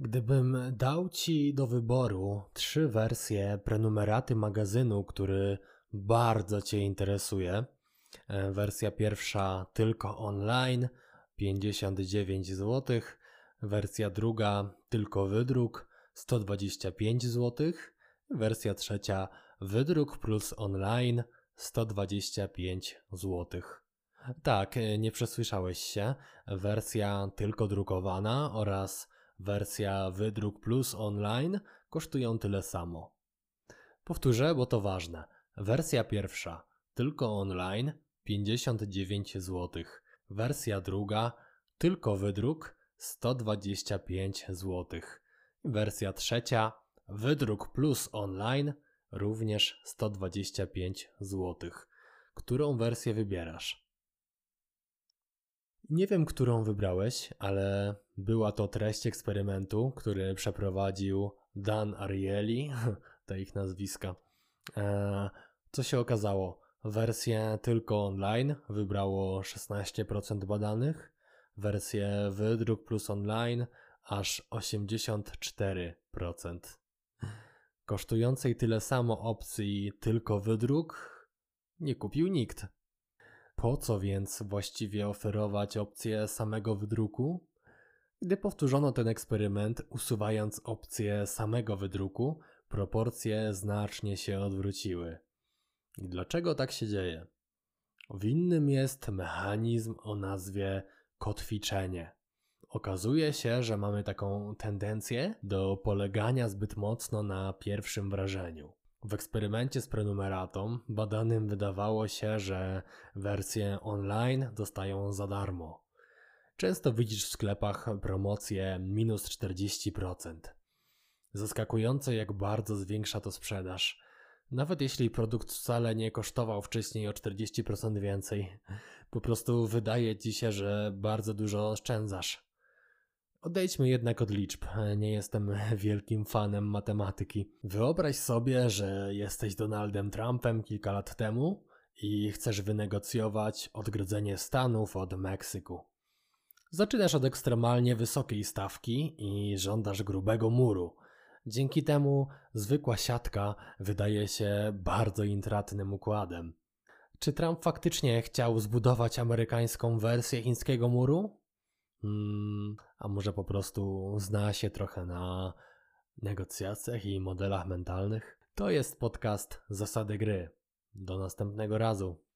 Gdybym dał Ci do wyboru 3 wersje prenumeraty magazynu, który bardzo Cię interesuje, wersja pierwsza tylko online 59 zł, wersja druga tylko wydruk 125 zł, wersja trzecia wydruk plus online 125 zł. Tak, nie przesłyszałeś się, wersja tylko drukowana oraz wersja wydruk plus online kosztują tyle samo. Powtórzę, bo to ważne. Wersja pierwsza tylko online 59 zł. Wersja druga tylko wydruk 125 zł. Wersja trzecia wydruk plus online również 125 zł. Którą wersję wybierasz? Nie wiem, którą wybrałeś, ale była to treść eksperymentu, który przeprowadził Dan Ariely, te ich nazwiska. Co się okazało? Wersję tylko online wybrało 16% badanych, wersję wydruk plus online aż 84%. Kosztującej tyle samo opcji tylko wydruk nie kupił nikt. Po co więc właściwie oferować opcję samego wydruku? Gdy powtórzono ten eksperyment, usuwając opcję samego wydruku, proporcje znacznie się odwróciły. I dlaczego tak się dzieje? Winnym jest mechanizm o nazwie kotwiczenie. Okazuje się, że mamy taką tendencję do polegania zbyt mocno na pierwszym wrażeniu. W eksperymencie z prenumeratą badanym wydawało się, że wersje online dostają za darmo. Często widzisz w sklepach promocje minus 40%. Zaskakujące, jak bardzo zwiększa to sprzedaż. Nawet jeśli produkt wcale nie kosztował wcześniej o 40% więcej. Po prostu wydaje Ci się, że bardzo dużo oszczędzasz. Odejdźmy jednak od liczb. Nie jestem wielkim fanem matematyki. Wyobraź sobie, że jesteś Donaldem Trumpem kilka lat temu i chcesz wynegocjować odgrodzenie Stanów od Meksyku. Zaczynasz od ekstremalnie wysokiej stawki i żądasz grubego muru. Dzięki temu zwykła siatka wydaje się bardzo intratnym układem. Czy Trump faktycznie chciał zbudować amerykańską wersję chińskiego muru? A może po prostu zna się trochę na negocjacjach i modelach mentalnych? To jest podcast Zasady Gry. Do następnego razu.